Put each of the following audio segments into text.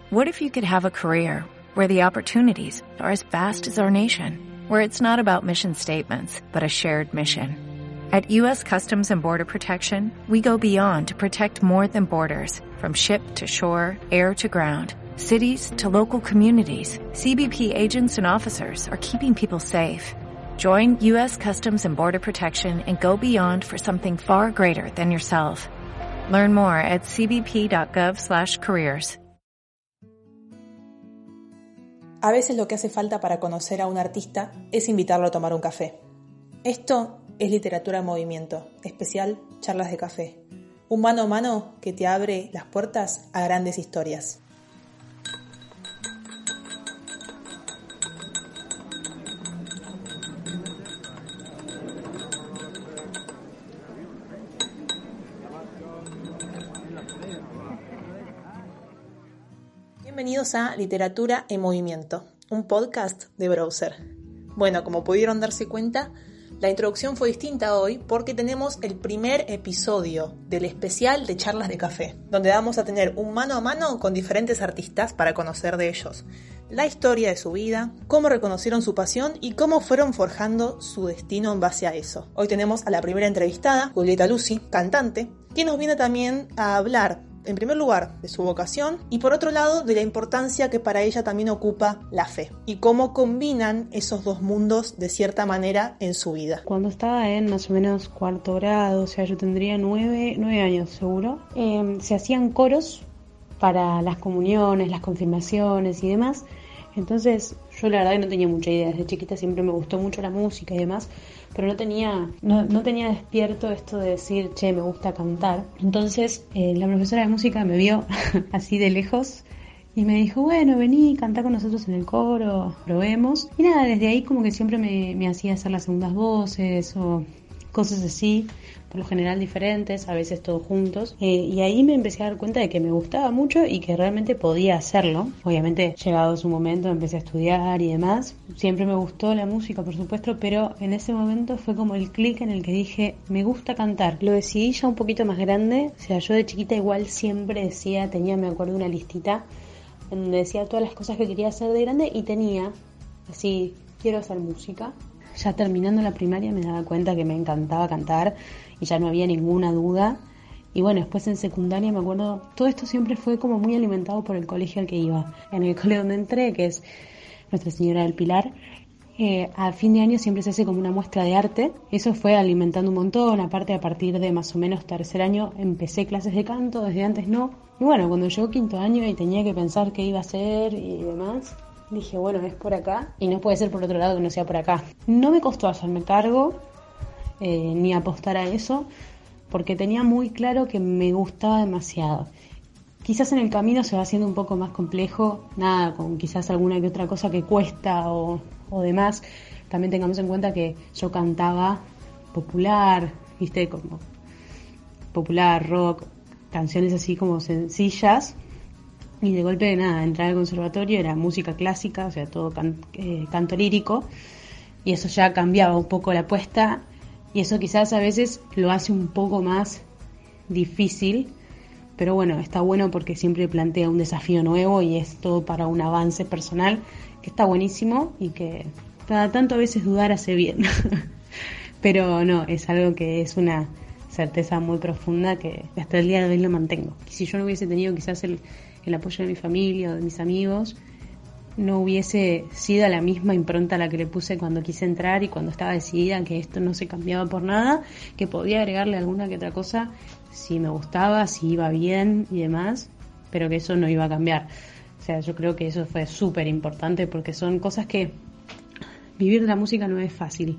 What if you could have a career where the opportunities are as vast as our nation, where it's not about mission statements, but a shared mission? At U.S. Customs and Border Protection, we go beyond to protect more than borders, from ship to shore, air to ground, cities to local communities. CBP agents and officers are keeping people safe. Join U.S. Customs and Border Protection and go beyond for something far greater than yourself. Learn more at cbp.gov/careers. A veces lo que hace falta para conocer a un artista es invitarlo a tomar un café. Esto es Literatura en Movimiento, especial Charlas de Café. Un mano a mano que te abre las puertas a grandes historias. Bienvenidos a Literatura en Movimiento, un podcast de Browser. Bueno, como pudieron darse cuenta, la introducción fue distinta hoy porque tenemos el primer episodio del especial de Charlas de Café, donde vamos a tener un mano a mano con diferentes artistas para conocer de ellos la historia de su vida, cómo reconocieron su pasión y cómo fueron forjando su destino en base a eso. Hoy tenemos a la primera entrevistada, Julieta Lucy, cantante, que nos viene también a hablar, en primer lugar, de su vocación y por otro lado, de la importancia que para ella también ocupa la fe y cómo combinan esos dos mundos de cierta manera en su vida. Cuando estaba en más o menos cuarto grado, o sea, yo tendría 9 años seguro, se hacían coros para las comuniones, las confirmaciones y demás. Entonces yo la verdad que no tenía mucha idea, desde chiquita siempre me gustó mucho la música y demás, pero no tenía despierto esto de decir, che, me gusta cantar. Entonces la profesora de música me vio así de lejos y me dijo, bueno, vení, cantá con nosotros en el coro, probemos. Y nada, desde ahí como que siempre me hacía hacer las segundas voces o cosas así, por lo general diferentes, a veces todos juntos, y ahí me empecé a dar cuenta de que me gustaba mucho y que realmente podía hacerlo. Obviamente, llegado su momento, empecé a estudiar y demás. Siempre me gustó la música, por supuesto, pero en ese momento fue como el clic en el que dije, me gusta cantar. Lo decidí ya un poquito más grande, o sea, yo de chiquita igual siempre decía, me acuerdo, una listita en donde decía todas las cosas que quería hacer de grande y tenía, así, quiero hacer música. Ya terminando la primaria me daba cuenta que me encantaba cantar y ya no había ninguna duda. Y bueno, después en secundaria me acuerdo, todo esto siempre fue como muy alimentado por el colegio al que iba. En el colegio donde entré, que es Nuestra Señora del Pilar, a fin de año siempre se hace como una muestra de arte. Eso fue alimentando un montón. Aparte, a partir de más o menos tercer año empecé clases de canto, desde antes no. Y bueno, cuando llegó quinto año y tenía que pensar qué iba a hacer y demás, dije, bueno, es por acá y no puede ser por otro lado que no sea por acá. No me costó hacerme cargo ni apostar a eso porque tenía muy claro que me gustaba demasiado. Quizás en el camino se va haciendo un poco más complejo, nada, con quizás alguna que otra cosa que cuesta o demás. También tengamos en cuenta que yo cantaba popular, viste, como popular, rock, canciones así como sencillas. Y de golpe, nada, entrar al conservatorio era música clásica, o sea, todo canto lírico. Y eso ya cambiaba un poco la apuesta. Y eso quizás a veces lo hace un poco más difícil. Pero bueno, está bueno porque siempre plantea un desafío nuevo y es todo para un avance personal, que está buenísimo y que cada tanto a veces dudar hace bien. Pero no, es algo que es una certeza muy profunda que hasta el día de hoy lo mantengo. Y si yo no hubiese tenido quizás el apoyo de mi familia o de mis amigos, no hubiese sido la misma impronta a la que le puse cuando quise entrar y cuando estaba decidida que esto no se cambiaba por nada, que podía agregarle alguna que otra cosa si me gustaba, si iba bien y demás, pero que eso no iba a cambiar. O sea, yo creo que eso fue súper importante porque son cosas que vivir de la música no es fácil.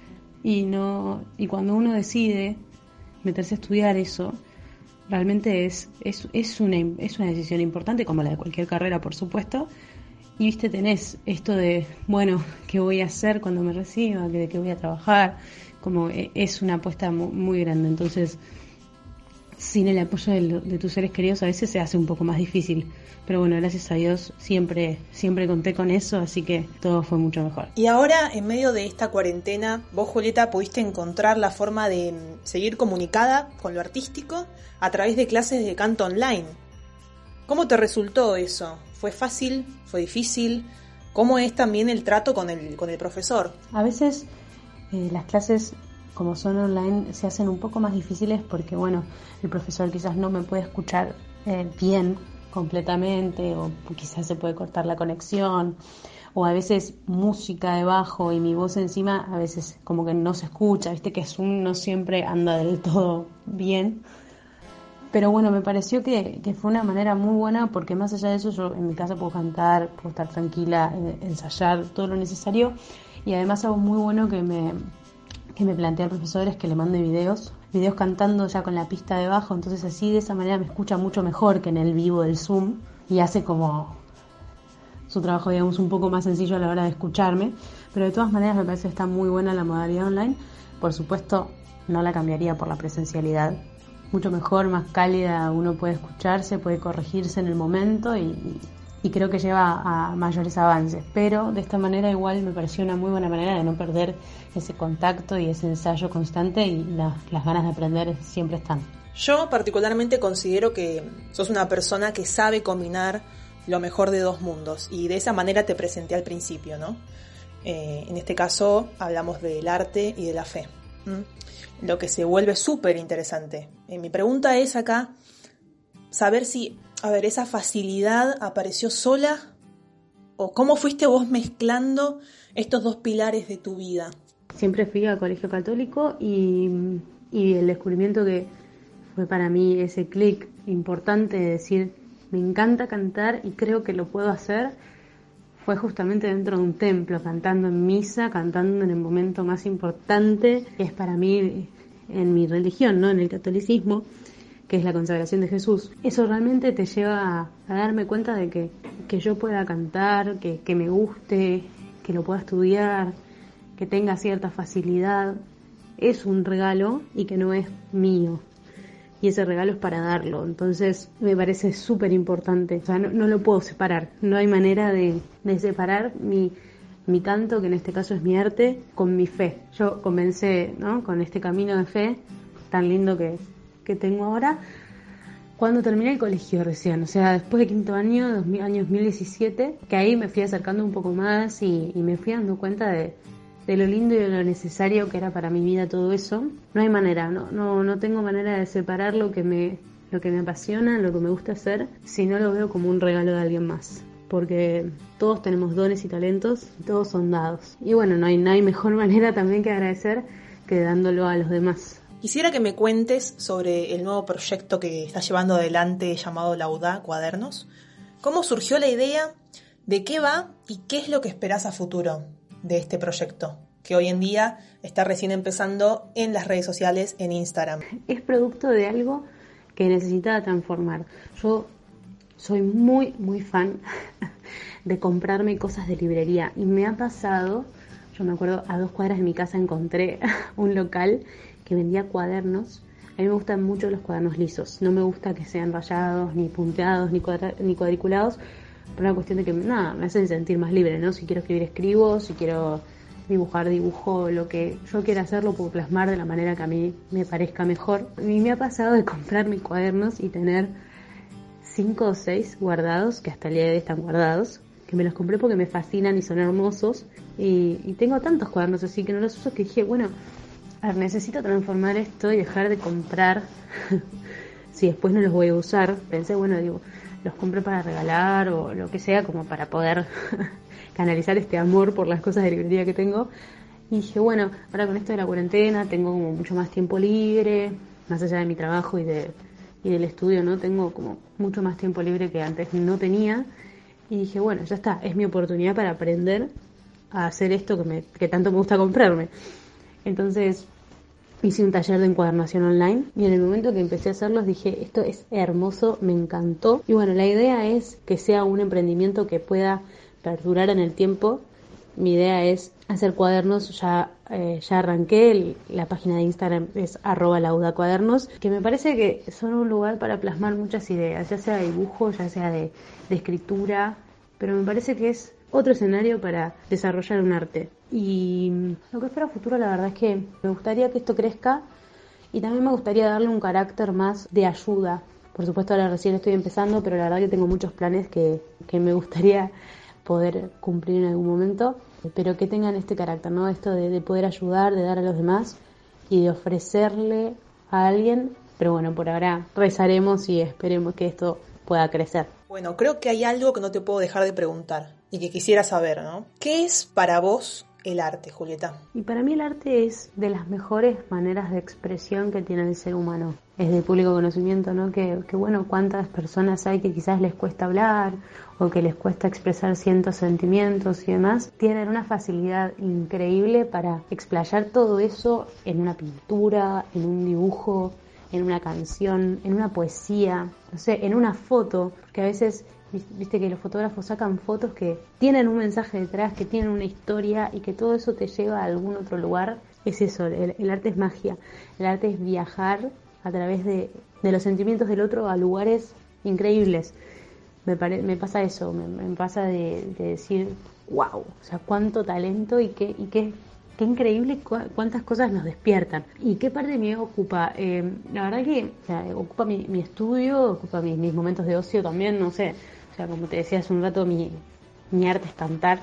Y cuando uno decide meterse a estudiar eso, realmente es una decisión importante, como la de cualquier carrera, por supuesto. Y viste, tenés esto de, bueno, ¿qué voy a hacer cuando me reciba? ¿De qué voy a trabajar? Como es una apuesta muy grande. Entonces, sin el apoyo de tus seres queridos a veces se hace un poco más difícil. Pero bueno, gracias a Dios siempre conté con eso, así que todo fue mucho mejor. Y ahora, en medio de esta cuarentena, vos, Julieta, pudiste encontrar la forma de seguir comunicada con lo artístico a través de clases de canto online. ¿Cómo te resultó eso? ¿Fue fácil? ¿Fue difícil? ¿Cómo es también el trato con el profesor? A veces las clases, como son online, se hacen un poco más difíciles porque, bueno, el profesor quizás no me puede escuchar bien completamente, o quizás se puede cortar la conexión, o a veces música debajo y mi voz encima a veces como que no se escucha, viste que Zoom no siempre anda del todo bien. Pero bueno, me pareció que fue una manera muy buena porque más allá de eso yo en mi casa puedo cantar, puedo estar tranquila, ensayar todo lo necesario, y además algo muy bueno que me plantea el profesor es que le mande videos cantando ya con la pista debajo, entonces así de esa manera me escucha mucho mejor que en el vivo del Zoom y hace como su trabajo, digamos, un poco más sencillo a la hora de escucharme. Pero de todas maneras me parece que está muy buena la modalidad online. Por supuesto no la cambiaría por la presencialidad, mucho mejor, más cálida, uno puede escucharse, puede corregirse en el momento y creo que lleva a mayores avances, pero de esta manera igual me pareció una muy buena manera de no perder ese contacto y ese ensayo constante, y las ganas de aprender siempre están. Yo particularmente considero que sos una persona que sabe combinar lo mejor de dos mundos, y de esa manera te presenté al principio, ¿no? En este caso hablamos del arte y de la fe, lo que se vuelve súper interesante. Mi pregunta es acá saber si, esa facilidad apareció sola o cómo fuiste vos mezclando estos dos pilares de tu vida. Siempre fui al colegio católico y el descubrimiento que fue para mí ese clic importante de decir me encanta cantar y creo que lo puedo hacer, fue justamente dentro de un templo, cantando en misa, cantando en el momento más importante que es para mí en mi religión, ¿no? En el catolicismo, que es la consagración de Jesús. Eso realmente te lleva a darme cuenta de que yo pueda cantar, que me guste, que lo pueda estudiar, que tenga cierta facilidad. Es un regalo y que no es mío. Y ese regalo es para darlo. Entonces me parece súper importante. O sea, no lo puedo separar. No hay manera de separar mi canto, que en este caso es mi arte, con mi fe. Yo comencé, ¿no?, con este camino de fe tan lindo que tengo ahora cuando terminé el colegio recién, o sea, después de quinto año, año 2017, que ahí me fui acercando un poco más y me fui dando cuenta de lo lindo y de lo necesario que era para mi vida todo eso. No hay manera, no tengo manera de separar lo que me apasiona, lo que me gusta hacer, si no lo veo como un regalo de alguien más. Porque todos tenemos dones y talentos, y todos son dados. Y bueno, no hay mejor manera también que agradecer que dándolo a los demás. Quisiera que me cuentes sobre el nuevo proyecto que estás llevando adelante llamado Lauda Cuadernos. ¿Cómo surgió la idea? ¿De qué va? ¿Y qué es lo que esperás a futuro de este proyecto, que hoy en día está recién empezando en las redes sociales, en Instagram? Es producto de algo que necesitaba transformar. Yo soy muy, muy fan de comprarme cosas de librería y me ha pasado, yo me acuerdo, a 2 cuadras de mi casa encontré un local que vendía cuadernos. A mí me gustan mucho los cuadernos lisos, no me gusta que sean rayados, ni punteados, ni cuadriculados, por una cuestión de que me hacen sentir más libre, ¿no? Si quiero escribir, escribo, si quiero dibujar, dibujo, lo que yo quiera hacer lo puedo plasmar de la manera que a mí me parezca mejor. A mí me ha pasado de comprar mis cuadernos y tener 5 o 6 guardados, que hasta el día de hoy están guardados, que me los compré porque me fascinan y son hermosos, y tengo tantos cuadernos así que no los uso, que dije, bueno, necesito transformar esto y dejar de comprar si después no los voy a usar. Pensé, bueno, los compré para regalar o lo que sea, como para poder canalizar este amor por las cosas de librería que tengo. Y dije, bueno, ahora con esto de la cuarentena tengo como mucho más tiempo libre, más allá de mi trabajo y del estudio, ¿no? Tengo como mucho más tiempo libre que antes no tenía. Y dije, bueno, ya está, es mi oportunidad para aprender a hacer esto que tanto me gusta comprarme. Entonces hice un taller de encuadernación online y en el momento que empecé a hacerlos dije, esto es hermoso, me encantó. Y bueno, la idea es que sea un emprendimiento que pueda perdurar en el tiempo. Mi idea es hacer cuadernos, ya arranqué, la página de Instagram es @laudacuadernos, que me parece que son un lugar para plasmar muchas ideas, ya sea de dibujo, ya sea de escritura, pero me parece que es otro escenario para desarrollar un arte. Y lo que espero a futuro, la verdad es que me gustaría que esto crezca y también me gustaría darle un carácter más de ayuda, Por supuesto ahora recién estoy empezando, pero la verdad que tengo muchos planes que me gustaría poder cumplir en algún momento, pero que tengan este carácter, ¿no? Esto de poder ayudar, de dar a los demás y de ofrecerle a alguien. Pero bueno, por ahora rezaremos y esperemos que esto pueda crecer. Bueno, creo que hay algo que no te puedo dejar de preguntar y que quisiera saber, ¿no? ¿Qué es para vos el arte, Julieta? Y para mí el arte es de las mejores maneras de expresión que tiene el ser humano. Es de público conocimiento, ¿no? Que bueno, cuántas personas hay que quizás les cuesta hablar o que les cuesta expresar ciertos sentimientos y demás. Tienen una facilidad increíble para explayar todo eso en una pintura, en un dibujo, en una canción, en una poesía, no sé, en una foto, porque a veces viste que los fotógrafos sacan fotos que tienen un mensaje detrás, que tienen una historia y que todo eso te lleva a algún otro lugar. Es eso, el arte es magia, el arte es viajar a través de los sentimientos del otro a lugares increíbles. Me pasa eso, me pasa de decir, wow, o sea, cuánto talento y qué increíble cuántas cosas nos despiertan. ¿Y qué parte de mí ocupa? La verdad que o sea, ocupa mi estudio, ocupa mis momentos de ocio también, no sé. O sea, como te decía hace un rato, mi arte es cantar.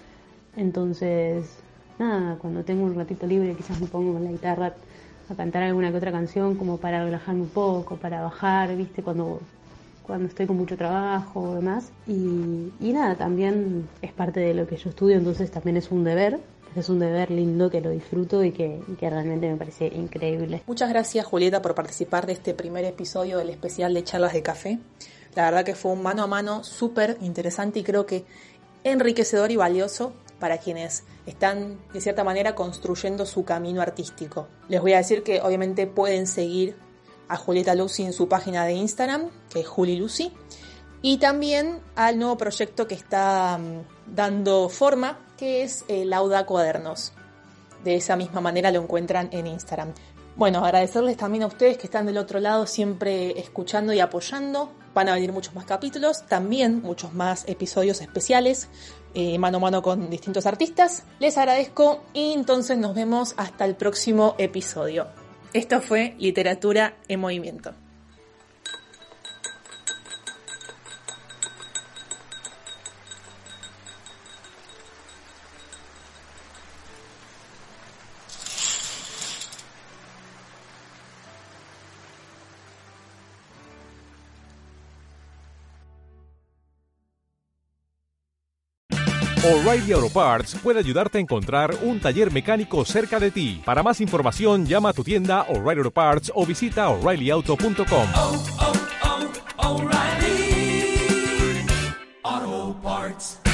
Entonces, nada, cuando tengo un ratito libre quizás me pongo con la guitarra a cantar alguna que otra canción como para relajarme un poco, para bajar, ¿viste? Cuando estoy con mucho trabajo o demás. Y nada, también es parte de lo que yo estudio, entonces también es un deber. Es un deber lindo que lo disfruto y que realmente me parece increíble. Muchas gracias, Julieta, por participar de este primer episodio del especial de Charlas de Café. La verdad que fue un mano a mano súper interesante y creo que enriquecedor y valioso para quienes están de cierta manera construyendo su camino artístico. Les voy a decir que obviamente pueden seguir a Julieta Lucy en su página de Instagram, que es JuliLucy, y también al nuevo proyecto que está dando forma, que es Lauda Cuadernos. De esa misma manera lo encuentran en Instagram. Bueno, agradecerles también a ustedes que están del otro lado siempre escuchando y apoyando. Van a venir muchos más capítulos, también muchos más episodios especiales, mano a mano con distintos artistas. Les agradezco y entonces nos vemos hasta el próximo episodio. Esto fue Literatura en Movimiento. O'Reilly Auto Parts puede ayudarte a encontrar un taller mecánico cerca de ti. Para más información, llama a tu tienda O'Reilly Auto Parts o visita O'ReillyAuto.com. O'Reilly Auto Parts.